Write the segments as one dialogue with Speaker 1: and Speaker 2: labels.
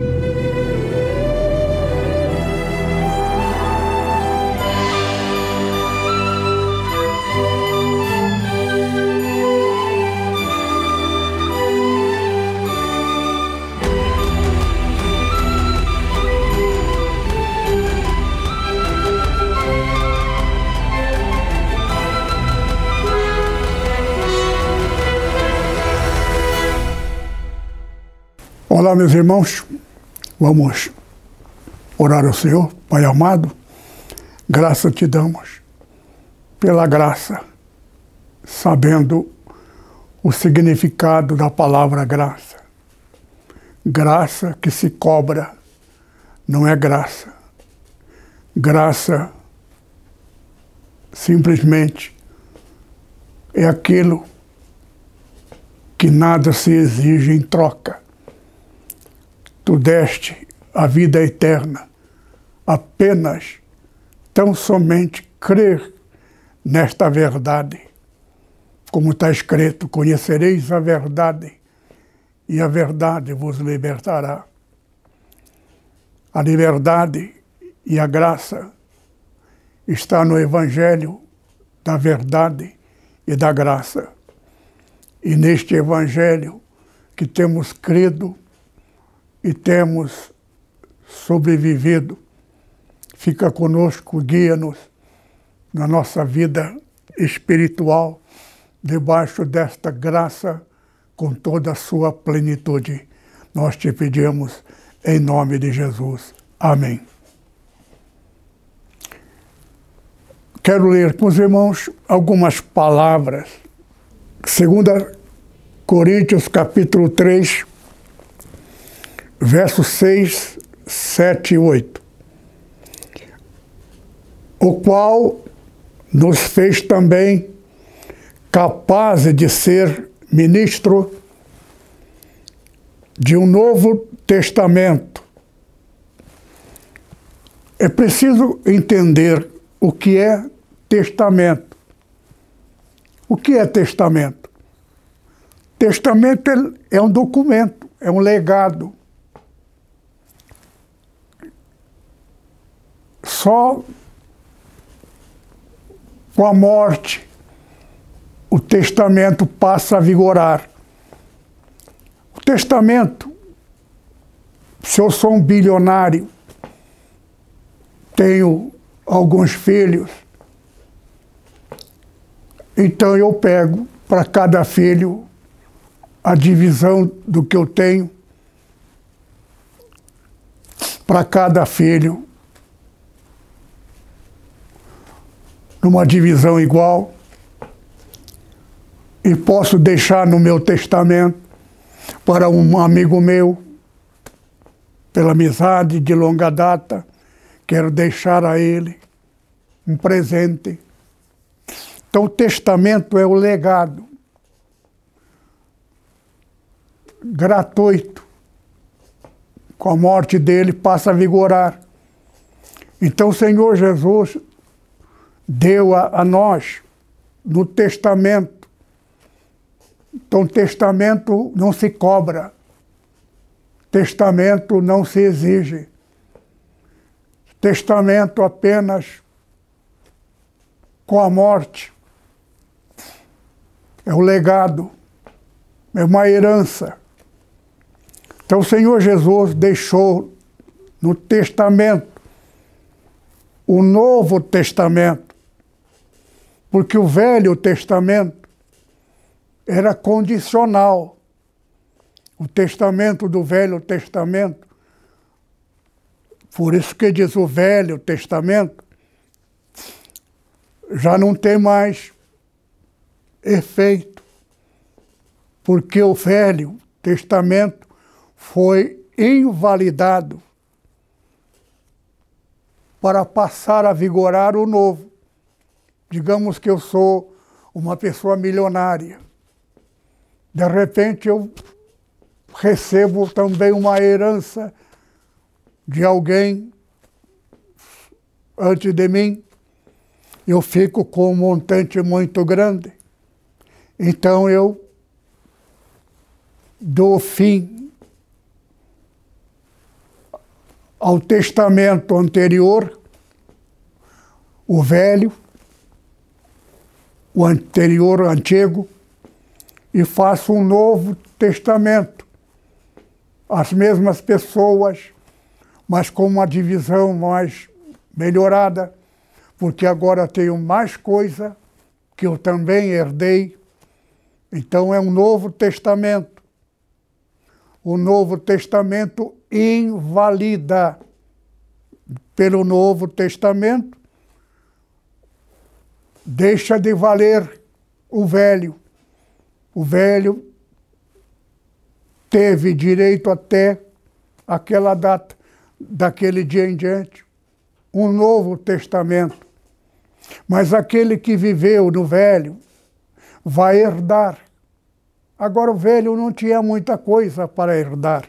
Speaker 1: Olá, meus irmãos, vamos orar ao Senhor. Pai amado, graça te damos pela graça, sabendo o significado da palavra graça. Graça que se cobra não é graça. Graça simplesmente é aquilo que nada se exige em troca. Tu deste a vida eterna, apenas, tão somente crer nesta verdade. Como está escrito, conhecereis a verdade, e a verdade vos libertará. A liberdade e a graça está no Evangelho da verdade e da graça. E neste Evangelho que temos crido e temos sobrevivido, fica conosco, guia-nos na nossa vida espiritual, debaixo desta graça, com toda a sua plenitude. Nós te pedimos em nome de Jesus. Amém. Quero ler com os irmãos algumas palavras. 2 Coríntios, capítulo 3, versos 6, 7 e 8. O qual nos fez também capazes de ser ministro de um novo testamento. É preciso entender o que é testamento. O que é testamento? Testamento é um documento, é um legado. Só com a morte o testamento passa a vigorar. O testamento, se eu sou um bilionário, tenho alguns filhos, então eu pego para cada filho a divisão do que eu tenho, para cada filho numa divisão igual, e posso deixar no meu testamento para um amigo meu, pela amizade de longa data, quero deixar a ele um presente. Então o testamento é o legado gratuito. Com a morte dele passa a vigorar. Então o Senhor Jesus deu a nós no testamento. Então, testamento não se cobra. Testamento não se exige. Testamento apenas com a morte. É o legado. É uma herança. Então, o Senhor Jesus deixou no testamento o Novo Testamento. Porque o Velho Testamento era condicional. O testamento do Velho Testamento, por isso que diz o Velho Testamento, já não tem mais efeito, porque o Velho Testamento foi invalidado para passar a vigorar o Novo. Digamos que eu sou uma pessoa milionária. De repente eu recebo também uma herança de alguém antes de mim. Eu fico com um montante muito grande. Então eu dou fim ao testamento anterior, o velho, o anterior, antigo, e faço um novo testamento. As mesmas pessoas, mas com uma divisão mais melhorada, porque agora tenho mais coisa que eu também herdei. Então é um novo testamento. O Novo Testamento invalida. Pelo Novo Testamento, deixa de valer o velho. O velho teve direito até aquela data, daquele dia em diante, um Novo Testamento. Mas aquele que viveu no velho vai herdar. Agora o velho não tinha muita coisa para herdar.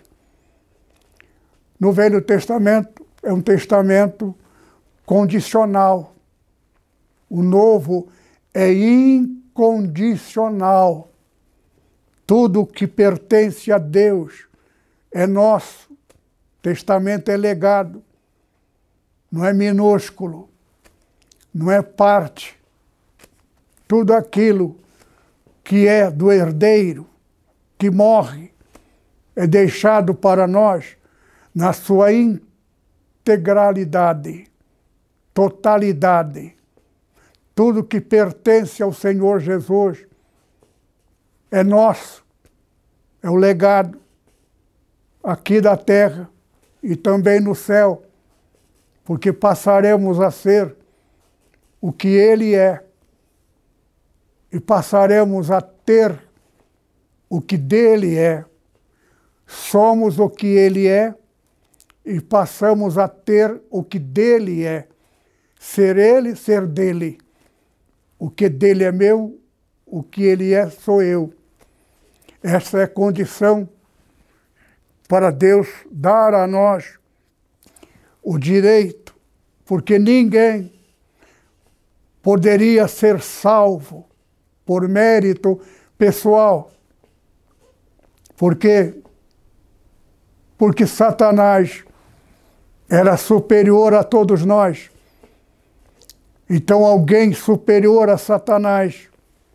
Speaker 1: No Velho Testamento é um testamento condicional. O novo é incondicional. Tudo que pertence a Deus é nosso. Testamento é legado. Não é minúsculo. Não é parte. Tudo aquilo que é do herdeiro, que morre, é deixado para nós na sua integralidade, totalidade. Tudo que pertence ao Senhor Jesus é nosso, é o legado aqui da terra e também no céu, porque passaremos a ser o que Ele é e passaremos a ter o que dele é. Somos o que Ele é e passamos a ter o que dele é. Ser Ele, ser dele. O que dele é meu, o que Ele é, sou eu. Essa é a condição para Deus dar a nós o direito, porque ninguém poderia ser salvo por mérito pessoal. Por quê? Porque Satanás era superior a todos nós. Então alguém superior a Satanás,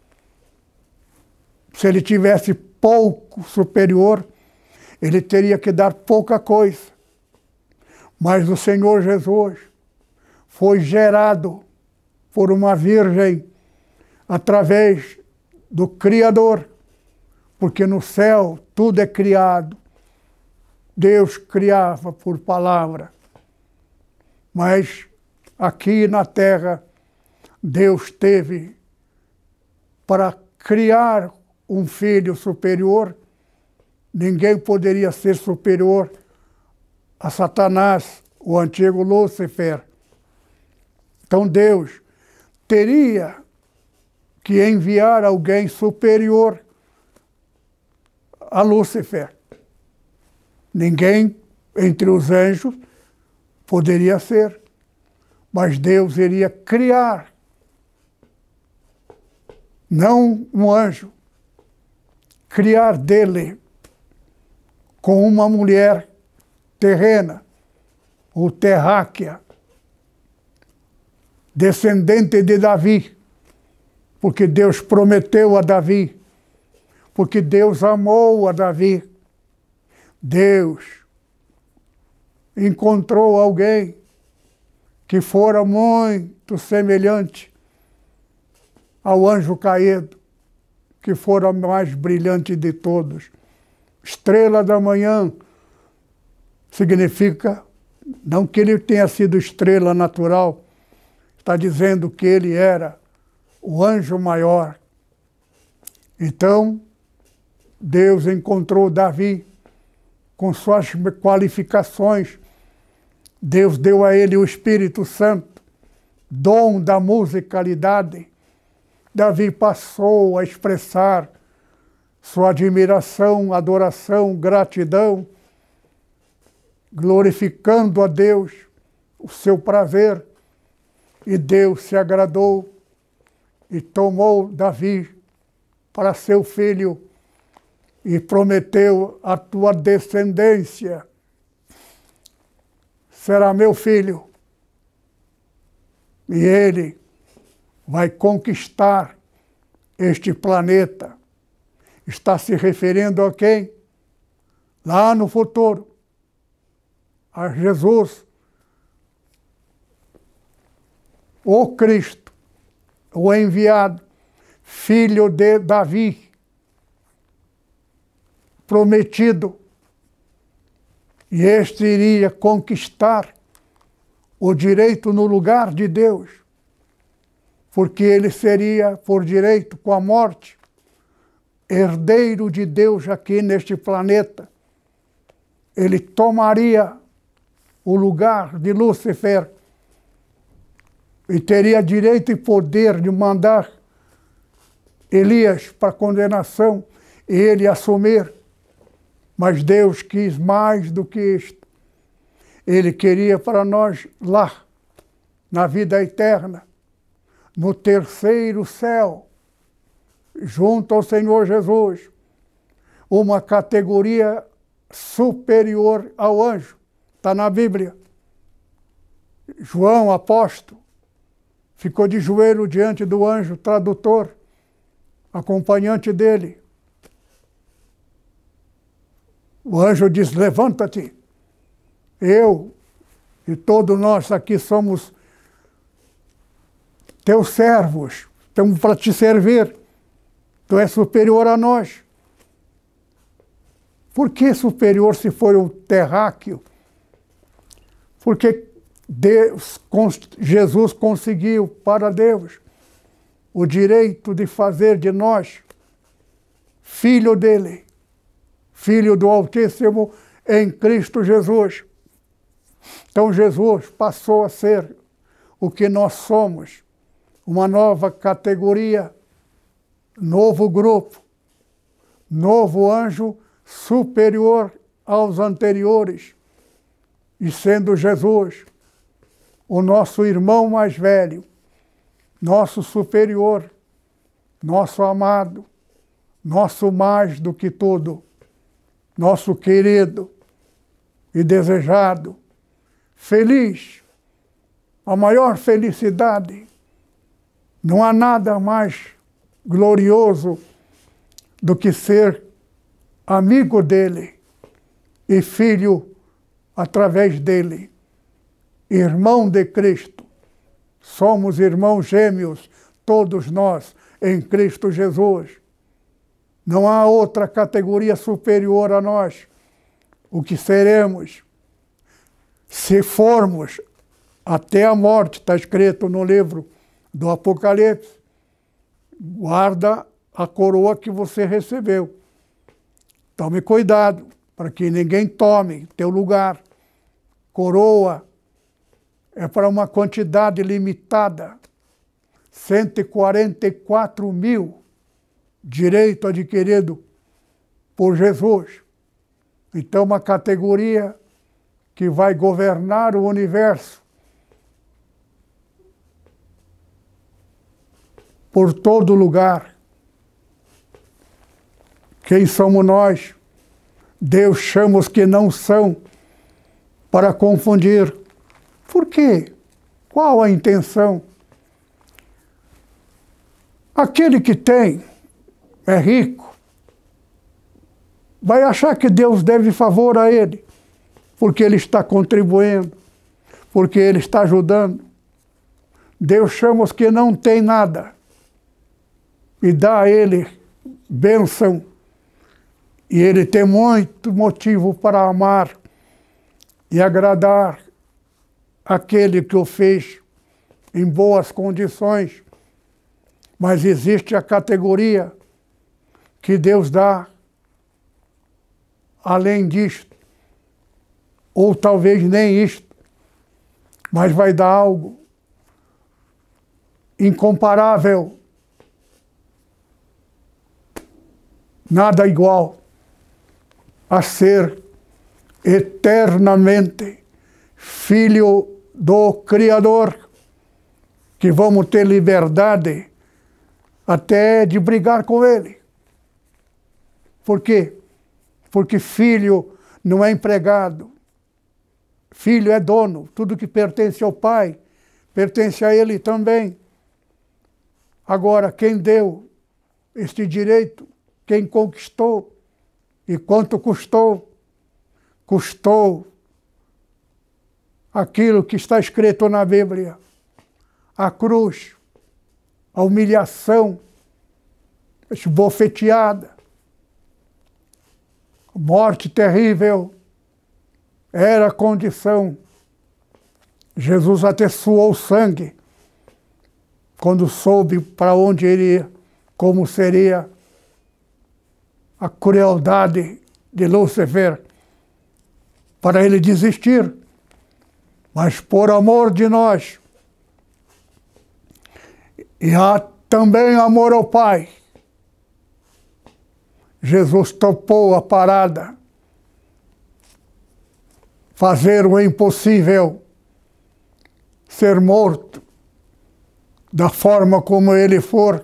Speaker 1: se ele tivesse pouco superior, ele teria que dar pouca coisa. Mas o Senhor Jesus foi gerado por uma virgem através do Criador, porque no céu tudo é criado. Deus criava por palavra. Mas aqui na terra, Deus teve para criar um filho superior. Ninguém poderia ser superior a Satanás, o antigo Lúcifer. Então Deus teria que enviar alguém superior a Lúcifer. Ninguém entre os anjos poderia ser, mas Deus iria criar, não um anjo, criar dele com uma mulher terrena, ou terráquea, descendente de Davi, porque Deus prometeu a Davi, porque Deus amou a Davi. Deus encontrou alguém que fora muito semelhante ao anjo caído, que fora mais brilhante de todos. Estrela da manhã significa, não que ele tenha sido estrela natural, está dizendo que ele era o anjo maior. Então, Deus encontrou Davi com suas qualificações. Deus deu a ele o Espírito Santo, dom da musicalidade. Davi passou a expressar sua admiração, adoração, gratidão, glorificando a Deus, o seu prazer. E Deus se agradou e tomou Davi para seu filho e prometeu: a tua descendência será meu filho. E ele vai conquistar este planeta. Está se referindo a quem? Lá no futuro, a Jesus, o Cristo, o enviado, filho de Davi, prometido. E este iria conquistar o direito no lugar de Deus, porque ele seria, por direito, com a morte, herdeiro de Deus aqui neste planeta. Ele tomaria o lugar de Lúcifer e teria direito e poder de mandar Elias para condenação e ele assumir. Mas Deus quis mais do que isto. Ele queria para nós lá, na vida eterna, no terceiro céu, junto ao Senhor Jesus, uma categoria superior ao anjo. Está na Bíblia. João, apóstolo, ficou de joelho diante do anjo tradutor, acompanhante dele. O anjo diz: levanta-te. Eu e todos nós aqui somos teus servos, estamos para te servir. Tu és superior a nós. Por que superior se for o terráqueo? Porque Jesus conseguiu para Deus o direito de fazer de nós filho dele, filho do Altíssimo em Cristo Jesus. Então Jesus passou a ser o que nós somos, uma nova categoria, novo grupo, novo anjo superior aos anteriores, e sendo Jesus o nosso irmão mais velho, nosso superior, nosso amado, nosso mais do que tudo, nosso querido e desejado, feliz, a maior felicidade. Não há nada mais glorioso do que ser amigo dele e filho através dele, irmão de Cristo. Somos irmãos gêmeos, todos nós, em Cristo Jesus. Não há outra categoria superior a nós. O que seremos, se formos até a morte, está escrito no livro do Apocalipse, guarda a coroa que você recebeu. Tome cuidado, para que ninguém tome teu lugar. Coroa é para uma quantidade limitada, 144 mil, direito adquirido por Jesus. Então, uma categoria que vai governar o universo por todo lugar. Quem somos nós? Deus chama os que não são para confundir. Por quê? Qual a intenção? Aquele que tem, é rico, vai achar que Deus deve favor a ele, porque ele está contribuindo, porque ele está ajudando. Deus chama os que não têm nada e dá a ele bênção. E ele tem muito motivo para amar e agradar aquele que o fez em boas condições. Mas existe a categoria que Deus dá além disto, ou talvez nem isto, mas vai dar algo incomparável, nada igual a ser eternamente filho do Criador, que vamos ter liberdade até de brigar com ele. Por quê? Porque filho não é empregado. filho é dono, tudo que pertence ao pai, pertence a ele também. Agora, quem deu este direito, quem conquistou e quanto custou? Custou aquilo que está escrito na Bíblia, a cruz, a humilhação, a esbofeteada, a morte terrível, era a condição. Jesus até suou sangue quando soube para onde iria, como seria a crueldade de Lúcifer, para ele desistir. Mas por amor de nós, e há também amor ao Pai, Jesus topou a parada, fazer o impossível, ser morto da forma como ele for,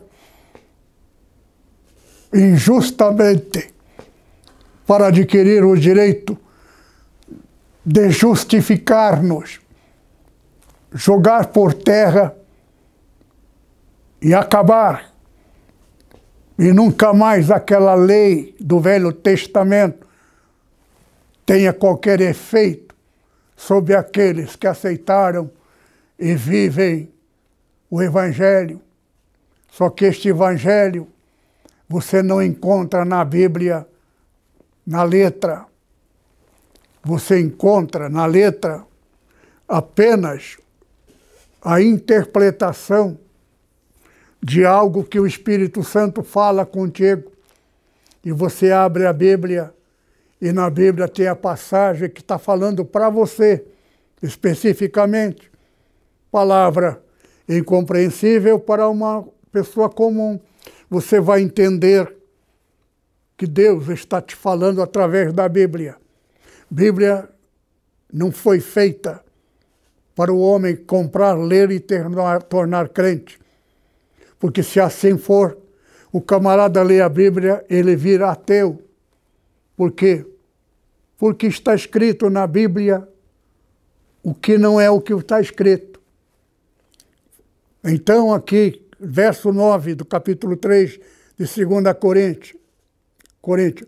Speaker 1: injustamente, para adquirir o direito de justificar-nos, jogar por terra e acabar. E nunca mais aquela lei do Velho Testamento tenha qualquer efeito sobre aqueles que aceitaram e vivem o Evangelho. Só que este Evangelho você não encontra na Bíblia, na letra. Você encontra na letra apenas a interpretação de algo que o Espírito Santo fala contigo. E você abre a Bíblia e na Bíblia tem a passagem que está falando para você, especificamente. Palavra incompreensível para uma pessoa comum. Você vai entender que Deus está te falando através da Bíblia. Bíblia não foi feita para o homem comprar, ler e tornar crente. Porque se assim for, o camarada lê a Bíblia, ele vira ateu. Por quê? Porque está escrito na Bíblia o que não é o que está escrito. Então aqui, verso 9 do capítulo 3 de 2 Coríntios,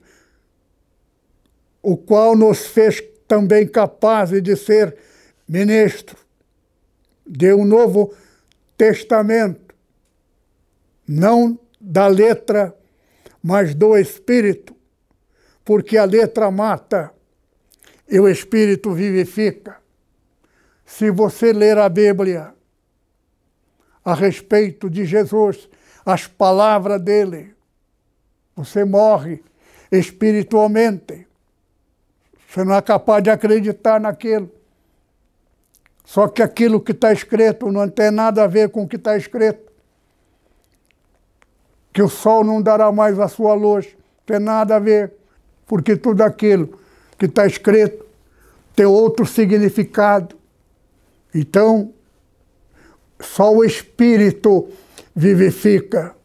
Speaker 1: o qual nos fez também capazes de ser ministro de um novo testamento, não da letra, mas do Espírito, porque a letra mata e o Espírito vivifica. Se você ler a Bíblia a respeito de Jesus, as palavras dele, você morre espiritualmente. Você não é capaz de acreditar naquilo. Só que aquilo que está escrito não tem nada a ver com o que está escrito. Que o sol não dará mais a sua luz, não tem nada a ver. Porque tudo aquilo que está escrito tem outro significado. Então, só o Espírito vivifica.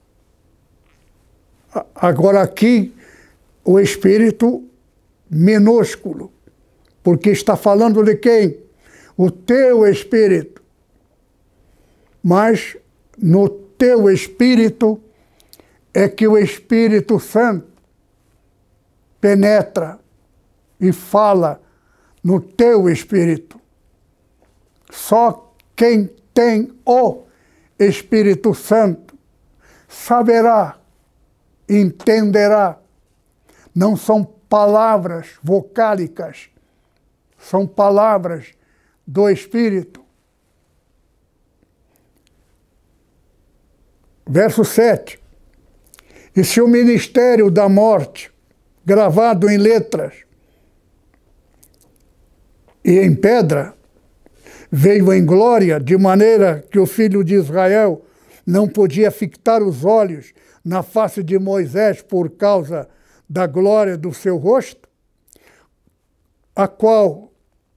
Speaker 1: Agora aqui, o Espírito minúsculo, porque está falando de quem? O teu Espírito. Mas no teu Espírito é que o Espírito Santo penetra e fala no teu Espírito. Só quem tem o Espírito Santo saberá, entenderá. Não são palavras vocálicas, são palavras do Espírito. Verso 7. E se o ministério da morte, gravado em letras e em pedra, veio em glória, de maneira que o filho de Israel não podia fixar os olhos na face de Moisés por causa da glória do seu rosto, a qual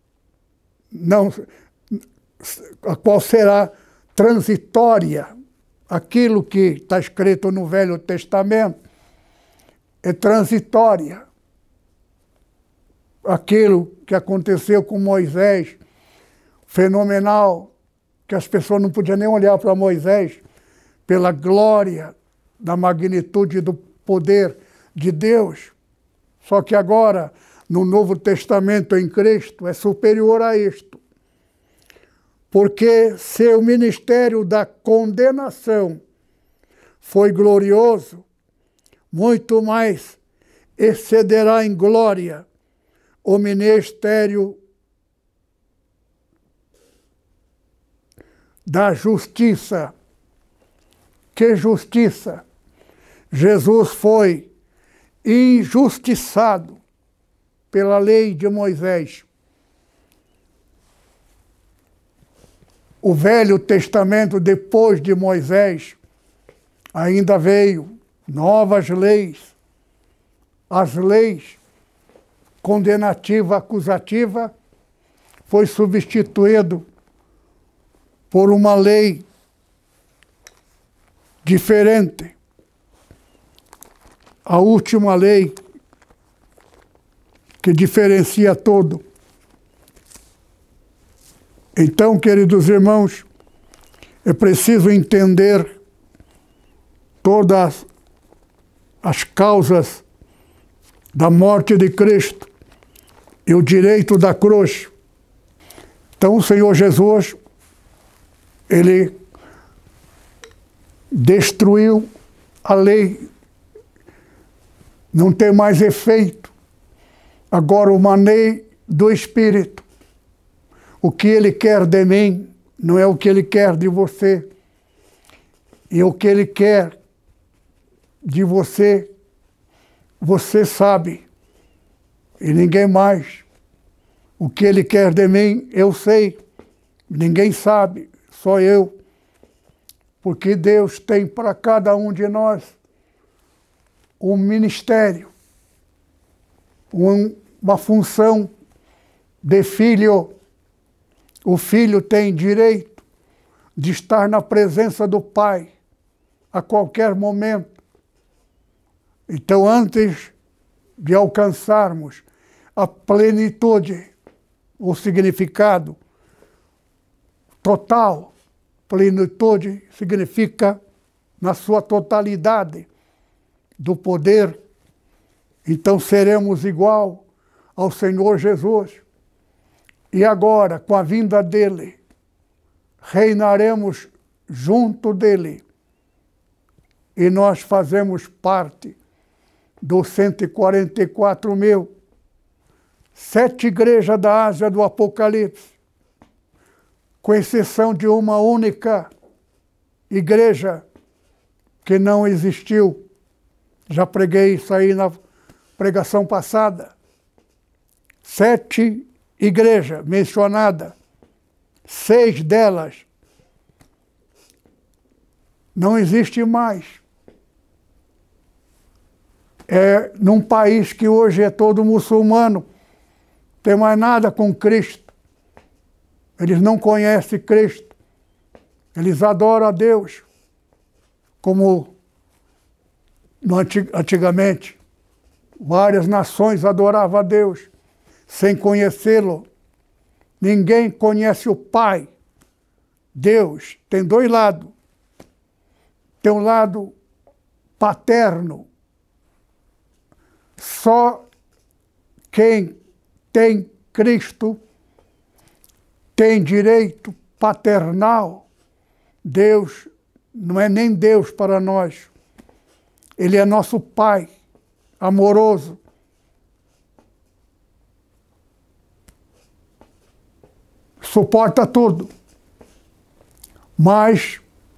Speaker 1: será transitória. Aquilo que está escrito no Velho Testamento é transitória. aquilo que aconteceu com Moisés, fenomenal, que as pessoas não podiam nem olhar para Moisés, pela glória da magnitude do poder de Deus. Só que agora, no Novo Testamento em Cristo, é superior a isto. Porque se o ministério da condenação foi glorioso, muito mais excederá em glória o ministério da justiça. Que justiça? Jesus foi injustiçado pela lei de Moisés. O Velho Testamento, depois de Moisés, ainda veio novas leis. As leis condenativa, acusativa, foi substituído por uma lei diferente. A última lei que diferencia tudo. Então, queridos irmãos, é preciso entender todas as causas da morte de Cristo e o direito da cruz. Então, o Senhor Jesus, ele destruiu a lei, não tem mais efeito. Agora, uma lei do Espírito. O que ele quer de mim não é o que ele quer de você. E o que ele quer de você, você sabe. E ninguém mais. O que ele quer de mim, eu sei. Ninguém sabe, só eu. Porque Deus tem para cada um de nós um ministério, uma função de filho. O filho tem direito de estar na presença do Pai a qualquer momento. Então, antes de alcançarmos a plenitude, o significado total, plenitude significa na sua totalidade do poder, então seremos igual ao Senhor Jesus. E agora, com a vinda dele, reinaremos junto dele. E nós fazemos parte dos 144 mil, 7 igrejas da Ásia do Apocalipse, com exceção de uma única igreja que não existiu. Já preguei isso aí na pregação passada. 7 igrejas mencionadas, 6 delas não existe mais. É num país que hoje é todo muçulmano, não tem mais nada com Cristo. Eles não conhecem Cristo. Eles adoram a Deus, como antigamente várias nações adoravam a Deus sem conhecê-lo. Ninguém conhece o Pai. Deus tem 2 lados. Tem um lado paterno. Só quem tem Cristo tem direito paternal. Deus não é nem Deus para nós. Ele é nosso Pai amoroso. Suporta tudo. Mas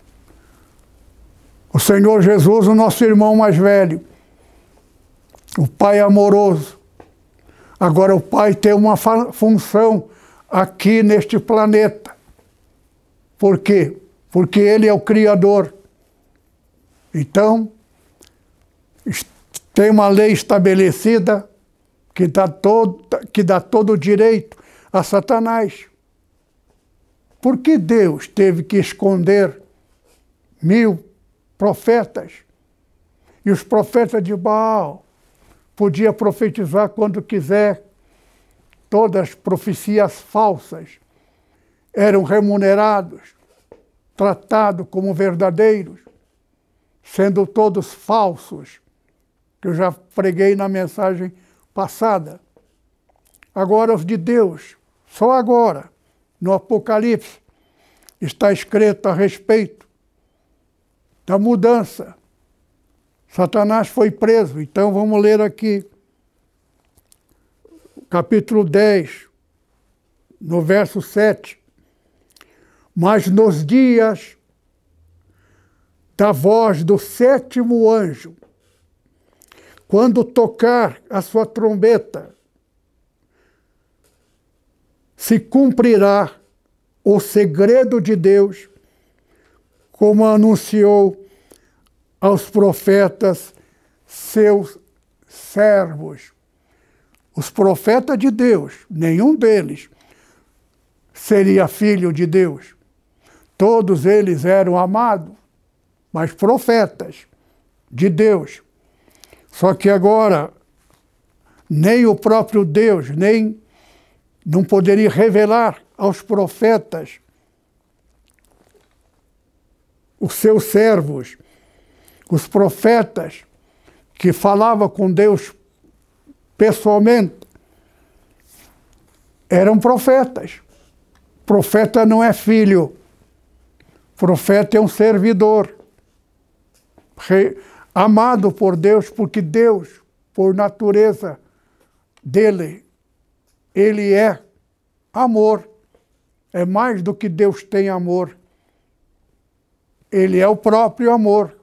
Speaker 1: o Senhor Jesus, o nosso irmão mais velho, o Pai amoroso. Agora o Pai tem uma função aqui neste planeta. Por quê? Porque Ele é o Criador. Então, tem uma lei estabelecida que dá todo o direito a Satanás. Por que Deus teve que esconder 1000 profetas? E os profetas de Baal podia profetizar quando quiser, todas profecias falsas, eram remunerados, tratados como verdadeiros, sendo todos falsos, que eu já preguei na mensagem passada. Agora os de Deus, só agora, no Apocalipse, está escrito a respeito da mudança. Satanás foi preso, então vamos ler aqui, capítulo 10, no verso 7. Mas nos dias da voz do sétimo anjo, quando tocar a sua trombeta, se cumprirá o segredo de Deus, como anunciou aos profetas seus servos. Os profetas de Deus, nenhum deles seria filho de Deus. Todos eles eram amados, mas profetas de Deus. Só que agora, nem o próprio Deus, nem não poderia revelar aos profetas, os seus servos, os profetas que falavam com Deus pessoalmente, eram profetas. Profeta não é filho. Profeta é um servidor, amado por Deus, porque Deus, por natureza dele, ele é amor. É mais do que Deus tem amor. Ele é o próprio amor.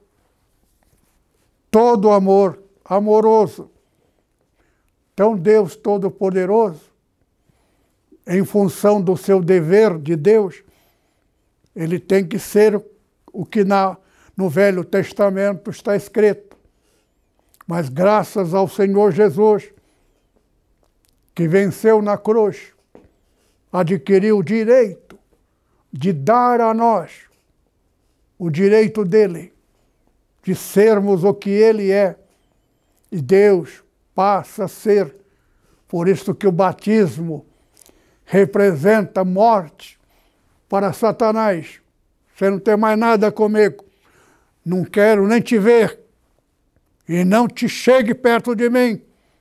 Speaker 1: Todo amor, amoroso. Então Deus Todo-Poderoso, em função do seu dever de Deus, ele tem que ser o que no Velho Testamento está escrito. Mas graças ao Senhor Jesus, que venceu na cruz, adquiriu o direito de dar a nós o direito dele, de sermos o que ele é. E Deus passa a ser. Por isso que o batismo representa morte para Satanás. Você não tem mais nada comigo. Não quero nem te ver. E não te chegue perto de mim.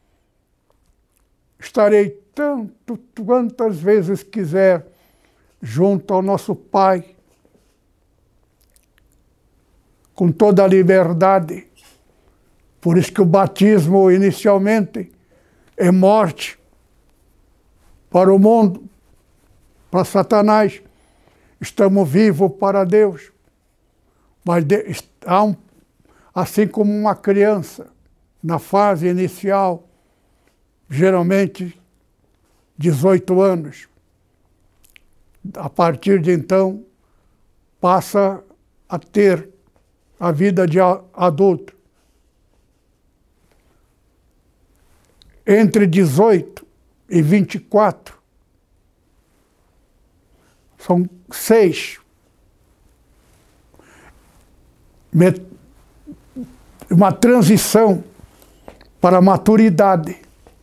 Speaker 1: Estarei tanto, quantas vezes quiser, junto ao nosso Pai, com toda a liberdade. Por isso que o batismo, inicialmente, é morte para o mundo, para Satanás. Estamos vivos para Deus. Mas assim como uma criança, na fase inicial, geralmente 18 anos, a partir de então, passa a ter a vida de adulto. Entre 18 e 24, são 6. Uma transição para a maturidade.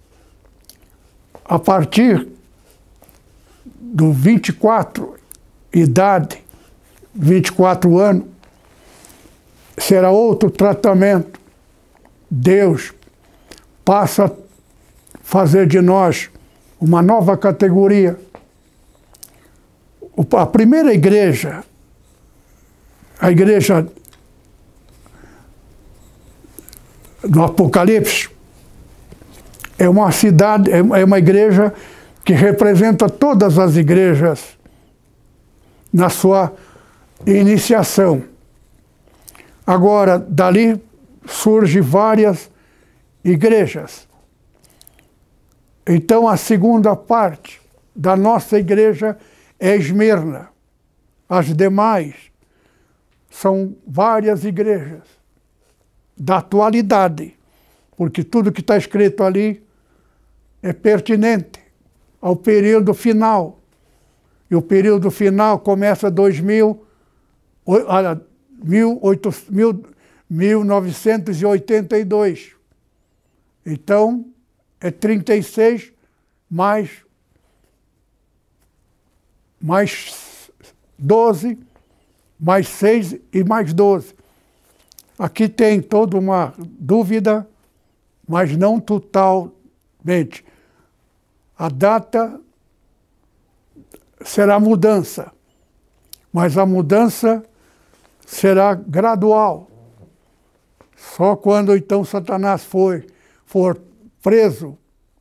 Speaker 1: A partir do 24, idade, 24 anos, será outro tratamento. Deus passa a fazer de nós uma nova categoria. A primeira igreja, a igreja do Apocalipse, é uma cidade, é uma igreja que representa todas as igrejas na sua iniciação. Agora, dali surgem várias igrejas. Então, a segunda parte da nossa igreja é Esmirna. As demais são várias igrejas da atualidade, porque tudo que está escrito ali é pertinente ao período final. E o período final começa 1982. Então, é 36 mais mais 12, mais 6 e mais 12. Aqui tem toda uma dúvida, mas não totalmente. A data será mudança, mas a mudança será gradual. Só quando então Satanás for preso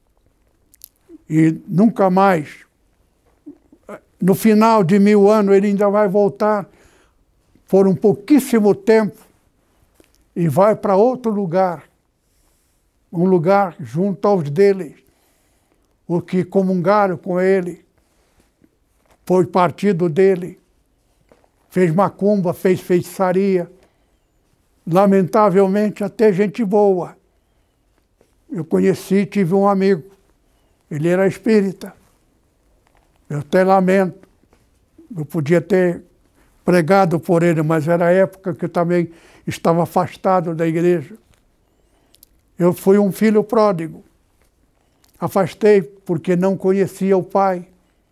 Speaker 1: e nunca mais, no final de 1000 anos, ele ainda vai voltar por um pouquíssimo tempo e vai para outro lugar, um lugar junto aos deles, os que comungaram com ele, foi partido dele, fez macumba, fez feitiçaria, lamentavelmente até gente boa. Eu conheci, tive um amigo, ele era espírita. Eu até lamento, eu podia ter pregado por ele, mas era a época que eu também estava afastado da igreja. Eu fui um filho pródigo. Afastei porque não conhecia o pai.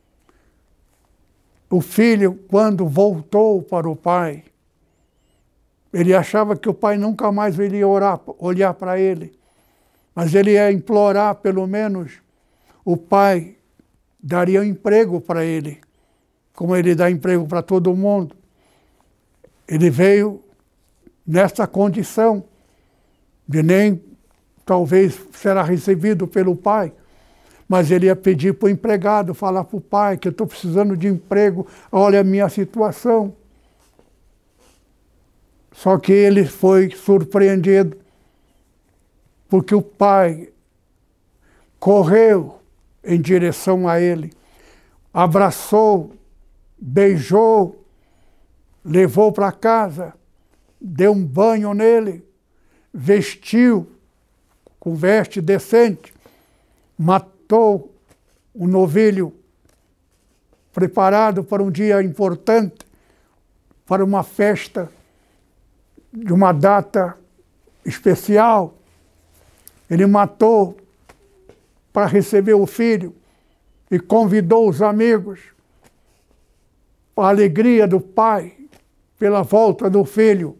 Speaker 1: O filho, quando voltou para o pai, ele achava que o pai nunca mais iria olhar para ele, mas ele ia implorar, pelo menos, o pai daria um emprego para ele, como ele dá emprego para todo mundo. Ele veio nessa condição de nem, talvez, será recebido pelo pai, mas ele ia pedir para o empregado, falar para o pai que eu estou precisando de emprego, olha a minha situação. Só que ele foi surpreendido, porque o pai correu em direção a ele, abraçou, beijou, levou para casa, deu um banho nele, vestiu com veste decente, matou um novilho preparado para um dia importante, para uma festa de uma data especial. Ele matou para receber o filho e convidou os amigos. A alegria do pai pela volta do filho.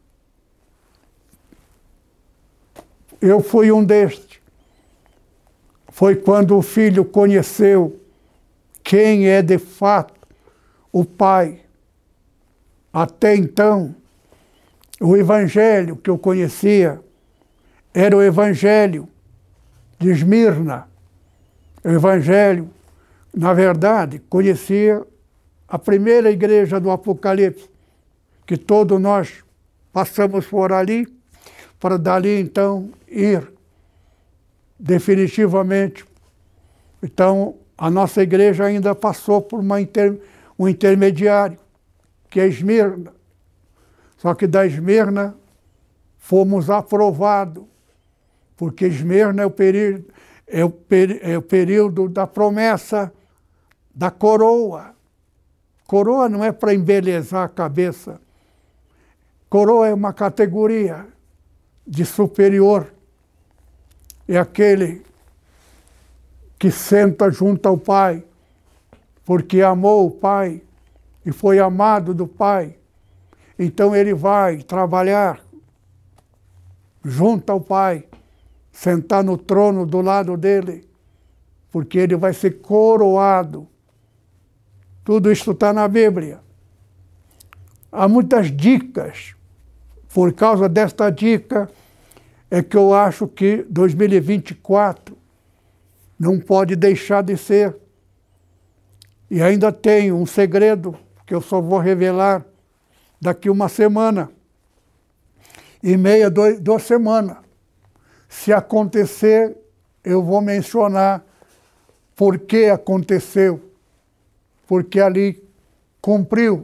Speaker 1: Eu fui um destes. Foi quando o filho conheceu quem é de fato o pai. Até então, o evangelho que eu conhecia era o evangelho de Esmirna. O evangelho, na verdade, conhecia a primeira igreja do Apocalipse, que todos nós passamos por ali, para dali então ir definitivamente. Então, a nossa igreja ainda passou por um intermediário, que é Esmirna. Só que da Esmirna fomos aprovados, porque Esmirna é o período da promessa da coroa. Coroa não é para embelezar a cabeça. Coroa é uma categoria de superior. É aquele que senta junto ao Pai, porque amou o Pai e foi amado do Pai. Então ele vai trabalhar junto ao Pai, sentar no trono do lado dele, porque ele vai ser coroado. Tudo isso está na Bíblia. Há muitas dicas. Por causa desta dica é que eu acho que 2024 não pode deixar de ser. E ainda tem um segredo que eu só vou revelar daqui uma semana e meia, 2 semanas. Se acontecer, eu vou mencionar por que aconteceu. Porque ali cumpriu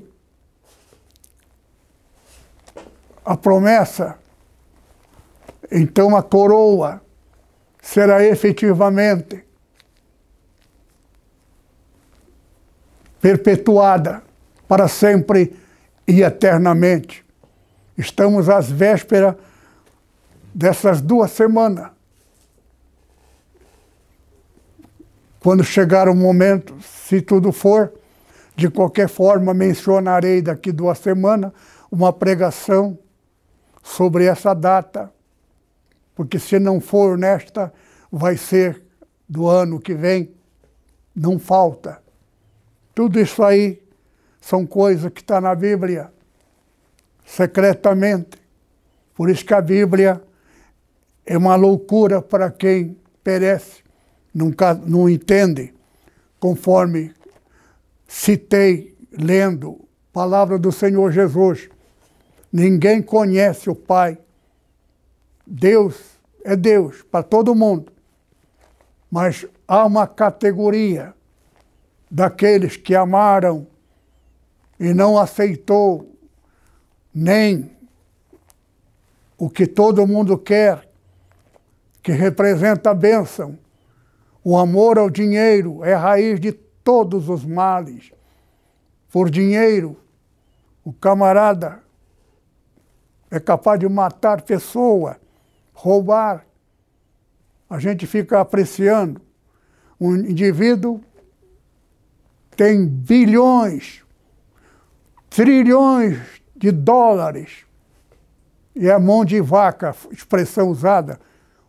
Speaker 1: a promessa. Então a coroa será efetivamente perpetuada para sempre e eternamente. Estamos às vésperas dessas 2 semanas. Quando chegar o momento, se tudo for, De qualquer forma, mencionarei daqui 2 semanas uma pregação sobre essa data, porque se não for nesta, vai ser do ano que vem, não falta. Tudo isso aí são coisas que estão na Bíblia, secretamente. Por isso que a Bíblia é uma loucura para quem perece, não entende, conforme citei, lendo a palavra do Senhor Jesus. Ninguém conhece o Pai. Deus é Deus para todo mundo. Mas há uma categoria daqueles que amaram e não aceitou nem o que todo mundo quer, que representa a bênção. O amor ao dinheiro é a raiz de todos os males. Por dinheiro, o camarada é capaz de matar pessoa, roubar. A gente fica apreciando. Um indivíduo tem bilhões, trilhões de dólares. E é mão de vaca, expressão usada.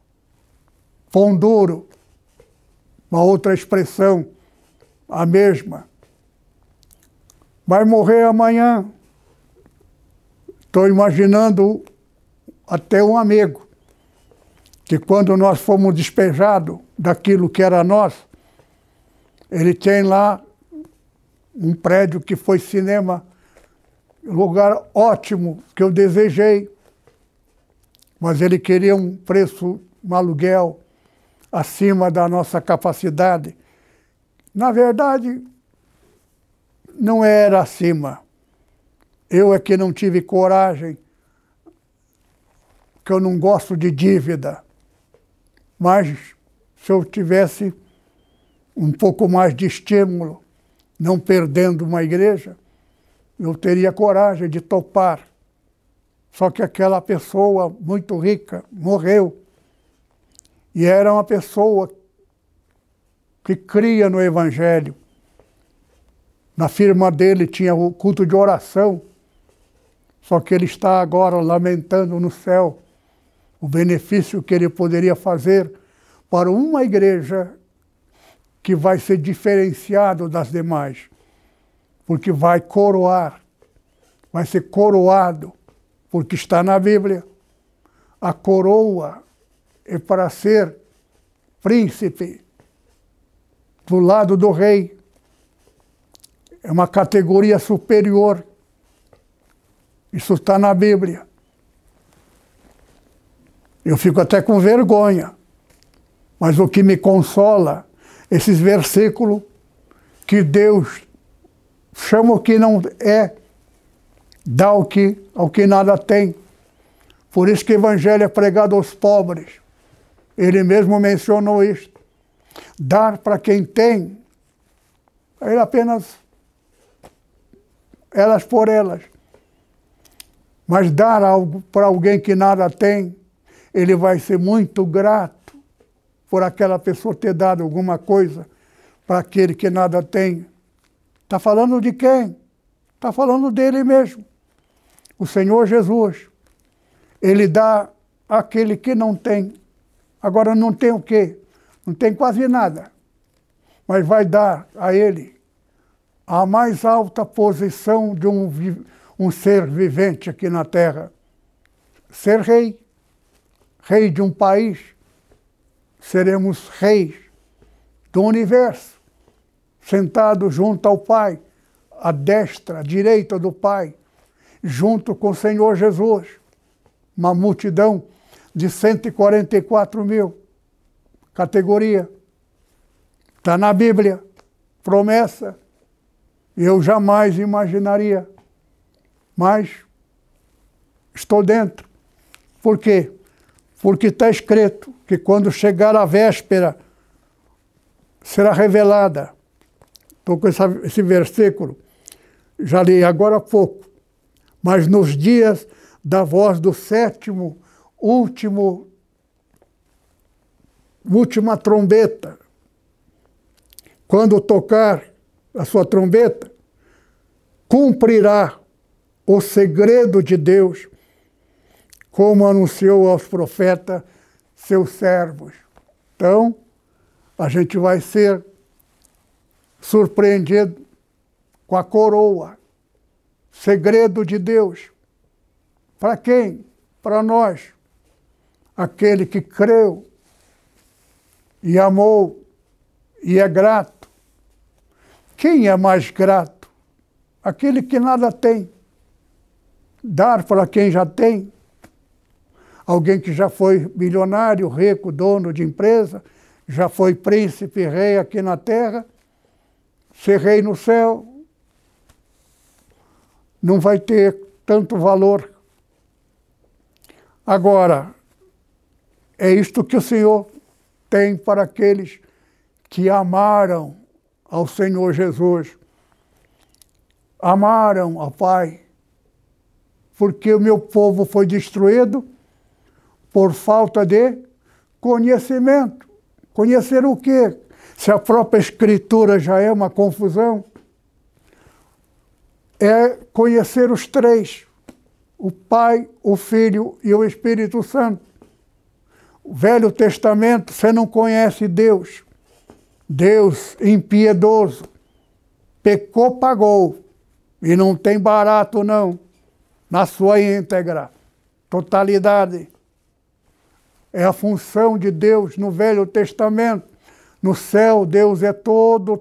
Speaker 1: Pão duro, uma outra expressão, a mesma. Vai morrer amanhã. Estou imaginando até um amigo, que quando nós fomos despejados daquilo que era nosso, ele tem lá um prédio que foi cinema, lugar ótimo, que eu desejei, mas ele queria um preço, um aluguel acima da nossa capacidade. Na verdade, não era acima. Eu é que não tive coragem, que eu não gosto de dívida. Mas se eu tivesse um pouco mais de estímulo, não perdendo uma igreja, eu teria coragem de topar. Só que aquela pessoa muito rica morreu. E era uma pessoa que cria no Evangelho. Na firma dele tinha o culto de oração. Só que ele está agora lamentando no céu o benefício que ele poderia fazer para uma igreja que vai ser diferenciado das demais, porque vai coroar, vai ser coroado, porque está na Bíblia. A coroa é para ser príncipe do lado do rei. É uma categoria superior. Isso está na Bíblia. Eu fico até com vergonha. Mas o que me consola, esses versículos que Deus chama o que não é, dá ao que nada tem. Por isso que o Evangelho é pregado aos pobres. Ele mesmo mencionou isso. Dar para quem tem, ele apenas elas por elas. Mas dar algo para alguém que nada tem, ele vai ser muito grato por aquela pessoa ter dado alguma coisa para aquele que nada tem. Está falando de quem? Está falando dele mesmo. O Senhor Jesus. Ele dá àquele que não tem. Agora não tem o quê? Não tem quase nada. Mas vai dar a ele a mais alta posição de um ser vivente aqui na Terra. Ser rei. Rei de um país. Seremos reis do universo. Sentados junto ao Pai. À destra, à direita do Pai. Junto com o Senhor Jesus. Uma multidão de 144 mil. Categoria. Está na Bíblia. Promessa. Eu jamais imaginaria. Mas estou dentro. Por quê? Porque está escrito que quando chegar a véspera, será revelada. Estou com esse versículo. Já li agora há pouco. Mas nos dias da voz do sétimo, última trombeta, quando tocar a sua trombeta, cumprirá o segredo de Deus, como anunciou aos profetas, seus servos. Então, a gente vai ser surpreendido com a coroa. Segredo de Deus. Para quem? Para nós. Aquele que creu e amou e é grato. Quem é mais grato? Aquele que nada tem. Dar para quem já tem. Alguém que já foi milionário, rico, dono de empresa, já foi príncipe, rei aqui na terra, ser rei no céu, não vai ter tanto valor. Agora, é isto que o Senhor tem para aqueles que amaram ao Senhor Jesus. Amaram ao Pai, porque o meu povo foi destruído por falta de conhecimento. Conhecer o quê? Se a própria Escritura já é uma confusão, é conhecer os três, o Pai, o Filho e o Espírito Santo. O Velho Testamento, você não conhece Deus. Deus impiedoso, pecou, pagou, e não tem barato não, na sua íntegra, totalidade. É a função de Deus no Velho Testamento. No céu, Deus é todo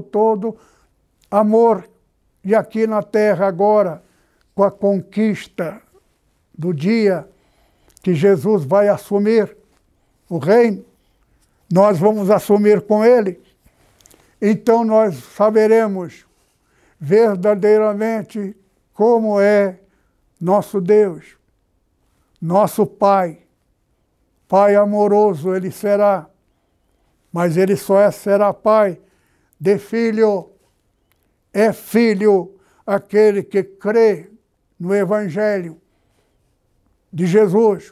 Speaker 1: amor. E aqui na terra agora, com a conquista do dia que Jesus vai assumir o reino, nós vamos assumir com ele. Então nós saberemos verdadeiramente como é nosso Deus, nosso Pai. Pai amoroso ele será, mas ele só será pai de filho. É filho aquele que crê no Evangelho de Jesus.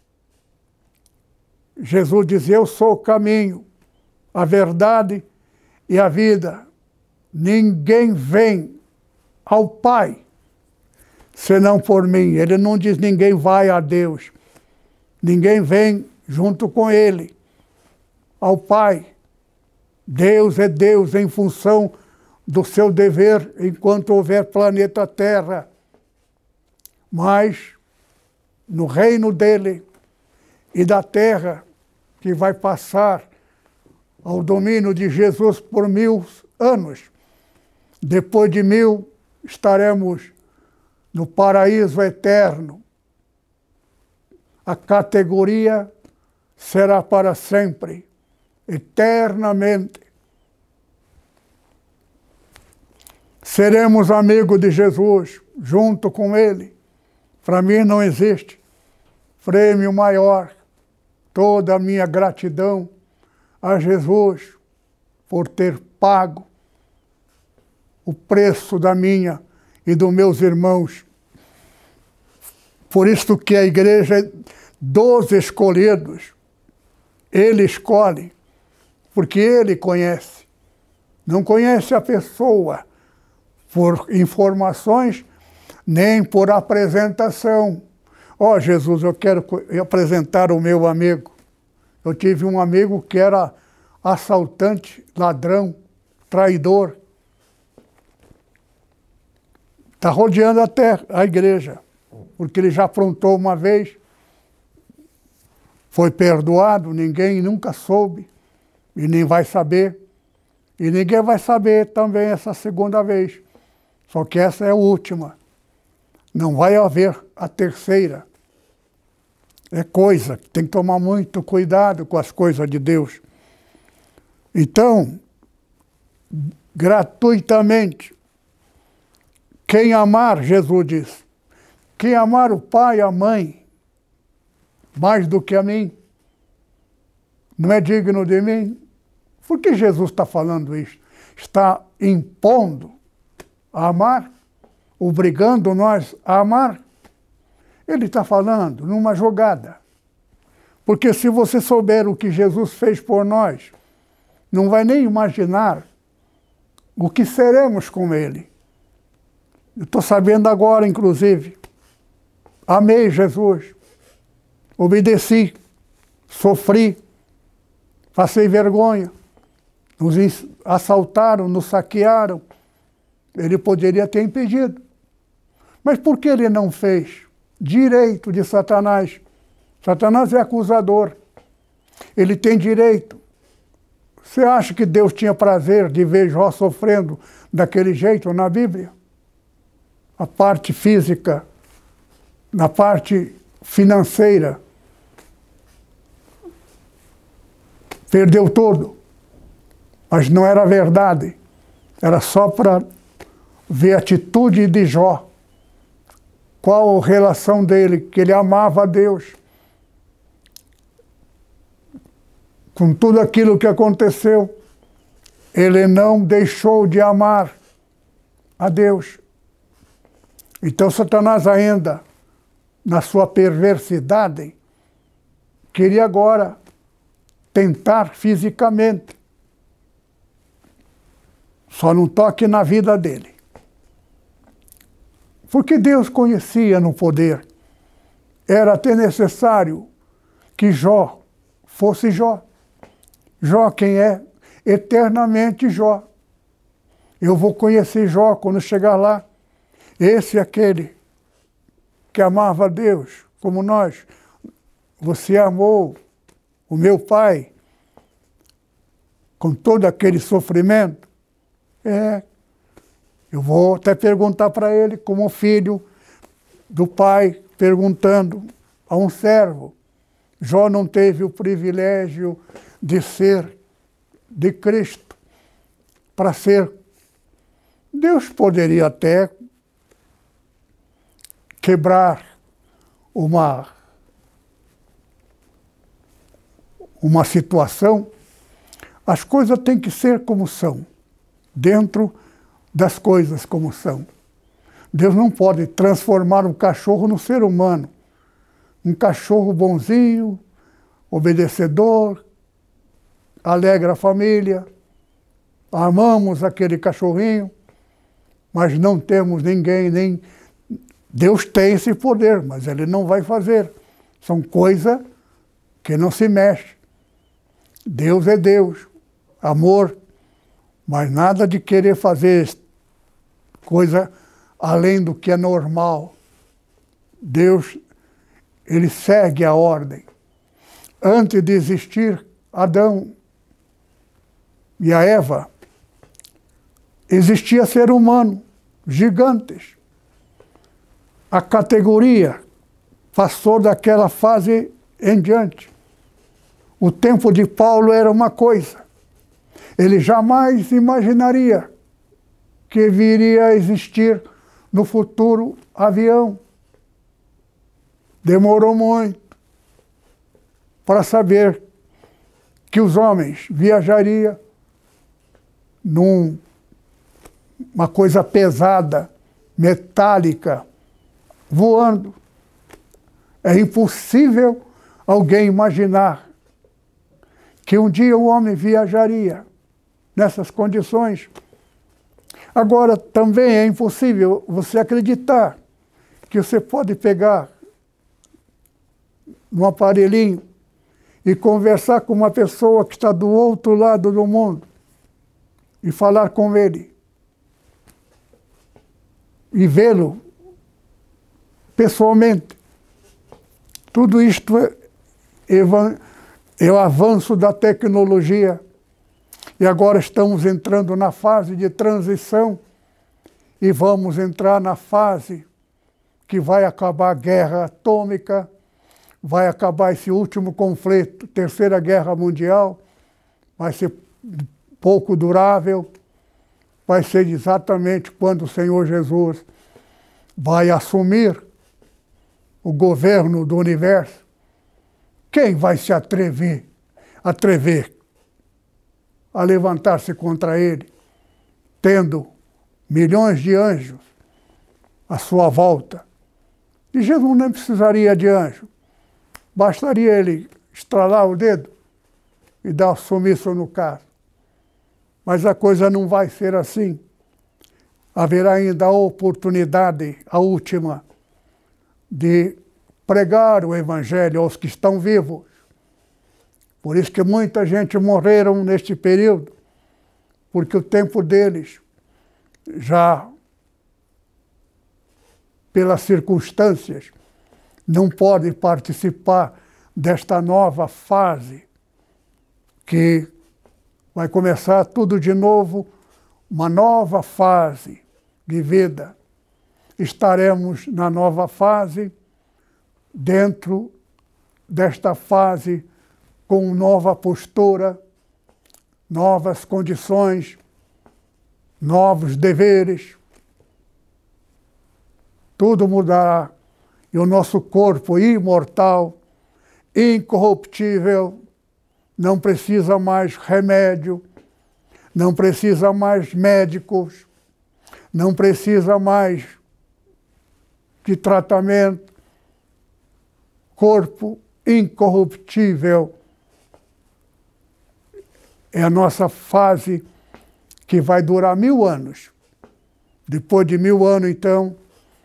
Speaker 1: Jesus diz, eu sou o caminho, a verdade e a vida. Ninguém vem ao Pai senão por mim. Ele não diz ninguém vai a Deus. Ninguém vem junto com ele ao Pai. Deus é Deus em função do seu dever enquanto houver planeta Terra. Mas no reino dele e da terra, que vai passar ao domínio de Jesus por 1000 anos. Depois de 1000, estaremos no paraíso eterno. A categoria será para sempre, eternamente. Seremos amigos de Jesus, junto com ele. Para mim não existe prêmio maior. Toda a minha gratidão a Jesus por ter pago o preço da minha e dos meus irmãos. Por isso que a igreja é dos escolhidos. Ele escolhe, porque ele conhece. Não conhece a pessoa por informações, nem por apresentação. Ó, Jesus, eu quero apresentar o meu amigo. Eu tive um amigo que era assaltante, ladrão, traidor. Está rodeando até a igreja, porque ele já aprontou uma vez, foi perdoado, ninguém nunca soube, e nem vai saber. E ninguém vai saber também essa segunda vez. Só que essa é a última. Não vai haver a terceira. É coisa, tem que tomar muito cuidado com as coisas de Deus. Então, gratuitamente, quem amar, Jesus diz, quem amar o pai e a mãe, mais do que a mim, não é digno de mim. Por que Jesus está falando isso? Está impondo a amar, obrigando nós a amar. Ele está falando numa jogada. Porque se você souber o que Jesus fez por nós, não vai nem imaginar o que seremos com ele. Eu estou sabendo agora, inclusive. Amei Jesus. Obedeci. Sofri. Passei vergonha. Nos assaltaram, nos saquearam. Ele poderia ter impedido. Mas por que ele não fez? Direito de Satanás. Satanás é acusador. Ele tem direito. Você acha que Deus tinha prazer de ver Jó sofrendo daquele jeito na Bíblia? A parte física, na parte financeira, perdeu tudo. Mas não era verdade. Era só para ver a atitude de Jó. Qual a relação dele, que ele amava a Deus. Com tudo aquilo que aconteceu, ele não deixou de amar a Deus. Então Satanás ainda, na sua perversidade, queria agora tentar fisicamente. Só não toque na vida dele. Porque Deus conhecia no poder. Era até necessário que Jó fosse Jó. Jó quem é? Eternamente Jó. Eu vou conhecer Jó quando chegar lá. Esse é aquele que amava a Deus, como nós. Você amou o meu pai com todo aquele sofrimento? Eu vou até perguntar para ele, como filho do pai, perguntando a um servo. Jó não teve o privilégio de ser de Cristo, para ser. Deus poderia até quebrar uma situação. As coisas têm que ser como são, dentro das coisas como são. Deus não pode transformar um cachorro no ser humano. Um cachorro bonzinho, obedecedor, alegra a família, amamos aquele cachorrinho, mas não temos ninguém, nem... Deus tem esse poder, mas ele não vai fazer. São coisas que não se mexe. Deus é Deus, amor, mas nada de querer fazer coisa além do que é normal. Deus, ele segue a ordem. Antes de existir Adão e a Eva, existia ser humano, gigantes. A categoria passou daquela fase em diante. O tempo de Paulo era uma coisa. Ele jamais imaginaria que viria a existir no futuro avião. Demorou muito para saber que os homens viajariam numa coisa pesada, metálica, voando. É impossível alguém imaginar que um dia o homem viajaria nessas condições. Agora, também é impossível você acreditar que você pode pegar um aparelhinho e conversar com uma pessoa que está do outro lado do mundo e falar com ele e vê-lo pessoalmente. Tudo isto é o avanço da tecnologia. E agora estamos entrando na fase de transição e vamos entrar na fase que vai acabar a guerra atômica, vai acabar esse último conflito, Terceira Guerra Mundial, vai ser pouco durável, vai ser exatamente quando o Senhor Jesus vai assumir o governo do universo. Quem vai se atrever a levantar-se contra ele, tendo milhões de anjos à sua volta? E Jesus nem precisaria de anjo. Bastaria ele estralar o dedo e dar o sumiço no caso. Mas a coisa não vai ser assim. haverá ainda a oportunidade, a última, de pregar o Evangelho aos que estão vivos. Por isso que muita gente morreram neste período, porque o tempo deles já, pelas circunstâncias, não pode participar desta nova fase, que vai começar tudo de novo, uma nova fase de vida. Estaremos na nova fase, dentro desta fase, com nova postura, novas condições, novos deveres. Tudo mudará. E o nosso corpo imortal, incorruptível, não precisa mais remédio, não precisa mais médicos, não precisa mais de tratamento. Corpo incorruptível é a nossa fase que vai durar 1000 anos. Depois de 1000 anos, então,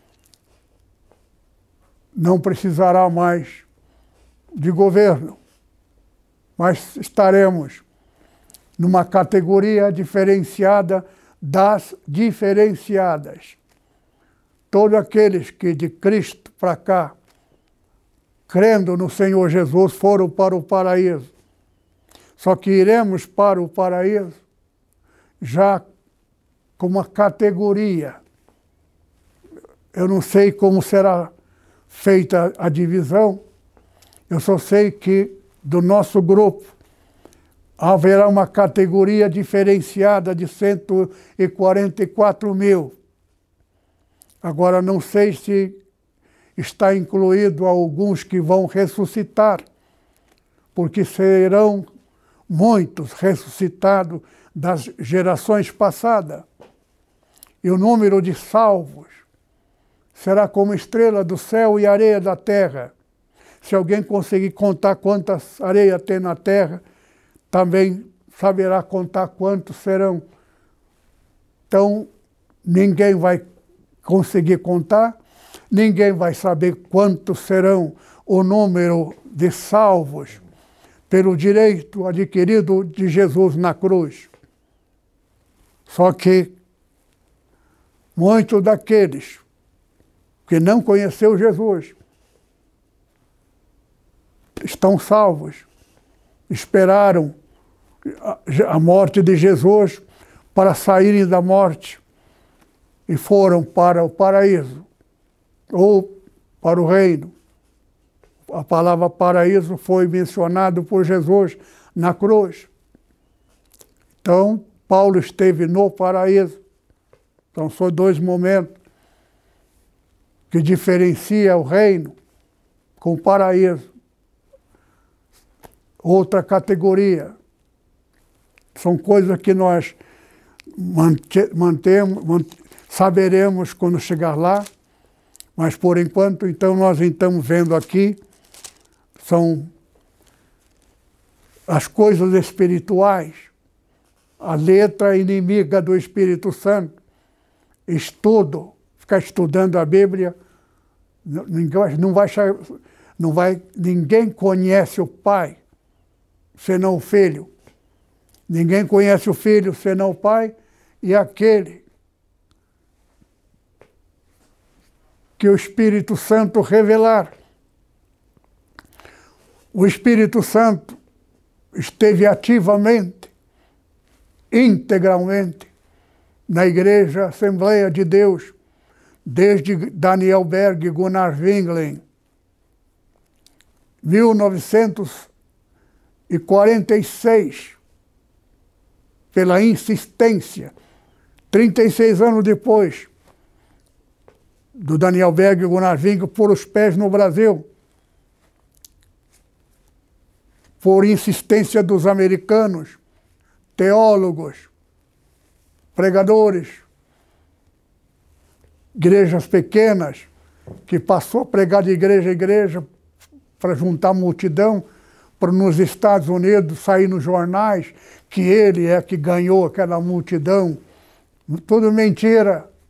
Speaker 1: não precisará mais de governo, mas estaremos numa categoria diferenciada das diferenciadas. Todos aqueles que de Cristo para cá, crendo no Senhor Jesus, foram para o paraíso. Só que iremos para o paraíso já com uma categoria. Eu não sei como será feita a divisão, eu só sei que do nosso grupo haverá uma categoria diferenciada de 144 mil. Agora, não sei se está incluído alguns que vão ressuscitar, porque serão muitos ressuscitados das gerações passadas. E o número de salvos será como estrela do céu e areia da terra. Se alguém conseguir contar quantas areias tem na terra, também saberá contar quantos serão. Então, ninguém vai conseguir contar, ninguém vai saber quantos serão o número de salvos pelo direito adquirido de Jesus na cruz. Só que muitos daqueles que não conheceu Jesus estão salvos, esperaram a morte de Jesus para saírem da morte e foram para o paraíso ou para o reino. A palavra paraíso foi mencionada por Jesus na cruz. Então, Paulo esteve no paraíso. Então, são dois momentos que diferenciam o reino com o paraíso. Outra categoria. São coisas que nós saberemos quando chegar lá, mas por enquanto, então, nós estamos vendo aqui, são as coisas espirituais, a letra inimiga do Espírito Santo. Estudo, ficar estudando a Bíblia, ninguém conhece o Pai senão o Filho. Ninguém conhece o Filho senão o Pai, e aquele que o Espírito Santo revelar. O Espírito Santo esteve ativamente, integralmente, na Igreja Assembleia de Deus, desde Daniel Berg e Gunnar Winglen, 1946, pela insistência, 36 anos depois do Daniel Berg e Gunnar Winglen pôr os pés no Brasil, por insistência dos americanos, teólogos, pregadores, igrejas pequenas, que passou a pregar de igreja a igreja para juntar multidão, para nos Estados Unidos sair nos jornais que ele é que ganhou aquela multidão. Tudo mentira.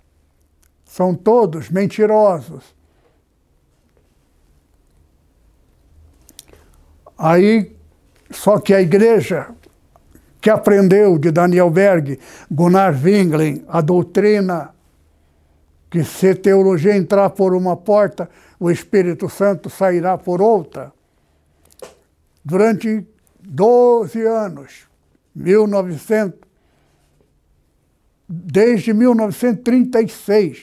Speaker 1: São todos mentirosos. Aí, só que a igreja que aprendeu de Daniel Berg, Gunnar Wingren, a doutrina que se teologia entrar por uma porta, o Espírito Santo sairá por outra, durante 12 anos, desde 1936,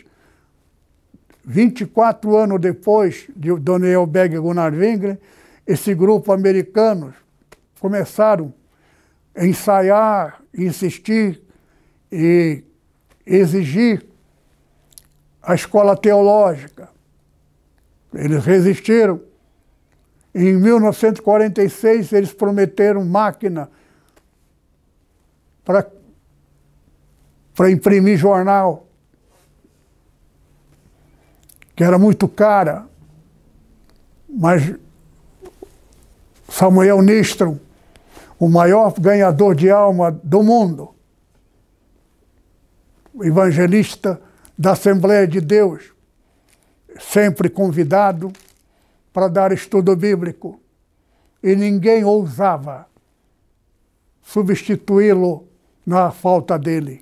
Speaker 1: 24 anos depois de Daniel Berg e Gunnar Wingren, esse grupo americano começaram a ensaiar, insistir e exigir a escola teológica. Eles resistiram. Em 1946, eles prometeram máquina para imprimir jornal, que era muito cara, mas Samuel Nistrom, o maior ganhador de alma do mundo, evangelista da Assembleia de Deus, sempre convidado para dar estudo bíblico, e ninguém ousava substituí-lo na falta dele,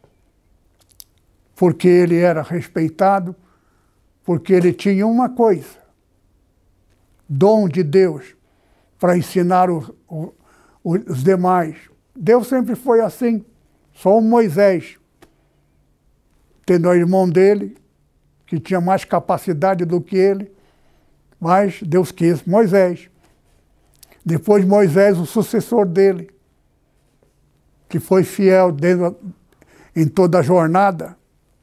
Speaker 1: porque ele era respeitado, porque ele tinha uma coisa, dom de Deus, para ensinar os demais. Deus sempre foi assim, só o Moisés, tendo o irmão dele, que tinha mais capacidade do que ele, mas Deus quis Moisés. Depois Moisés, o sucessor dele, que foi fiel em toda a jornada.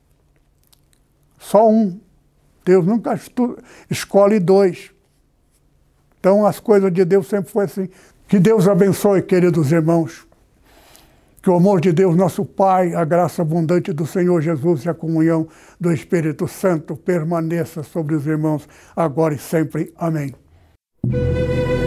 Speaker 1: Só um. Deus nunca escolhe dois. Então as coisas de Deus sempre foi assim. Que Deus abençoe, queridos irmãos. Que o amor de Deus, nosso Pai, a graça abundante do Senhor Jesus e a comunhão do Espírito Santo permaneça sobre os irmãos, agora e sempre. Amém.